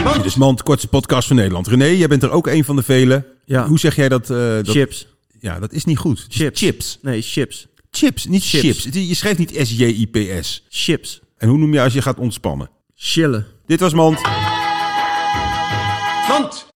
Dit is Mand, kortste podcast van Nederland. René, jij bent er ook een van de velen. Ja. Hoe zeg jij dat? Chips. Ja, dat is niet goed. Chips. Nee, chips. Chips, niet chips. Je schrijft niet SJIPS. Chips. En hoe noem je als je gaat ontspannen? Chillen. Dit was Mand. Mand.